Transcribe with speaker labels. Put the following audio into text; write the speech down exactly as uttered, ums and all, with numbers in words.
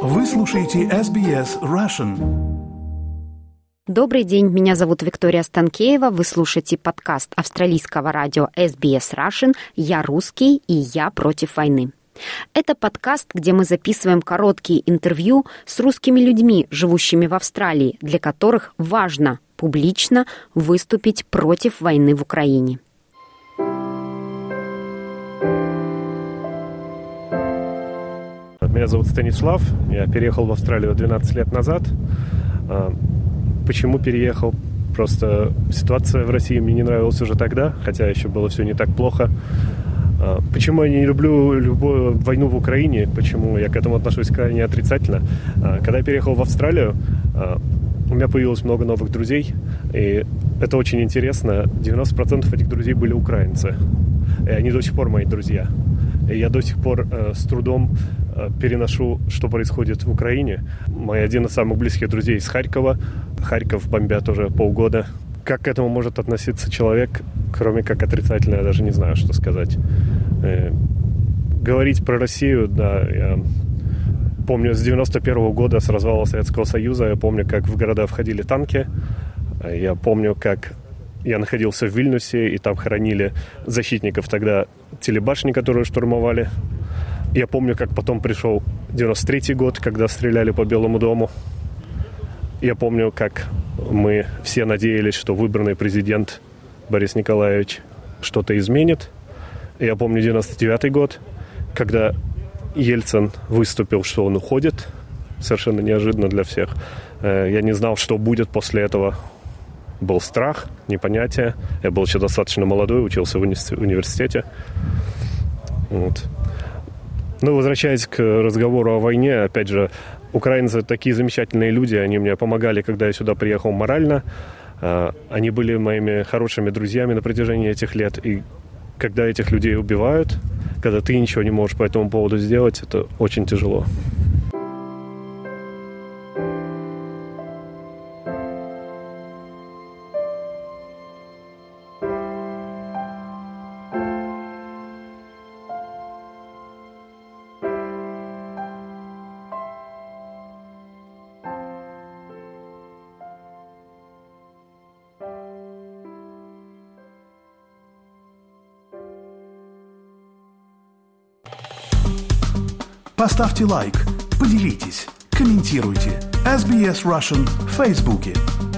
Speaker 1: Вы слушаете эс би эс Russian.
Speaker 2: Добрый день, меня зовут Виктория Станкеева. Вы слушаете подкаст австралийского радио эс би эс Russian «Я русский» и «Я против войны». Это подкаст, где мы записываем короткие интервью с русскими людьми, живущими в Австралии, для которых важно публично выступить против войны в Украине.
Speaker 3: Меня зовут Станислав, я переехал в Австралию двенадцать лет назад. Почему переехал? Просто ситуация в России мне не нравилась уже тогда, хотя еще было все не так плохо. Почему я не люблю любую войну в Украине? Почему я к этому отношусь крайне отрицательно? Когда я переехал в Австралию, у меня появилось много новых друзей, и это очень интересно. девяносто процентов этих друзей были украинцы, и они до сих пор мои друзья. И я до сих пор э, с трудом э, переношу, что происходит в Украине. Мой один из самых близких друзей из Харькова. Харьков бомбят уже полгода. Как к этому может относиться человек, кроме как отрицательно, я даже не знаю, что сказать. Э, говорить про Россию, да, я помню с девяносто первого года, с развала Советского Союза, я помню, как в города входили танки. Я помню, как я находился в Вильнюсе, и там хоронили защитников тогда телебашни, которые штурмовали. Я помню, как потом пришел девяносто третий год, когда стреляли по Белому дому. Я помню, как мы все надеялись, что выбранный президент Борис Николаевич что-то изменит. Я помню девяносто девятый год, когда Ельцин выступил, что он уходит. Совершенно неожиданно для всех. Я не знал, что будет после этого. Был страх, непонятие. Я был еще достаточно молодой, учился в уни- университете. Вот. Ну, возвращаясь к разговору о войне, опять же, украинцы такие замечательные люди, они мне помогали, когда я сюда приехал морально. Они были моими хорошими друзьями на протяжении этих лет. И когда этих людей убивают, когда ты ничего не можешь по этому поводу сделать, это очень тяжело.
Speaker 1: Поставьте лайк, поделитесь, комментируйте. эс би эс Russian в Фейсбуке.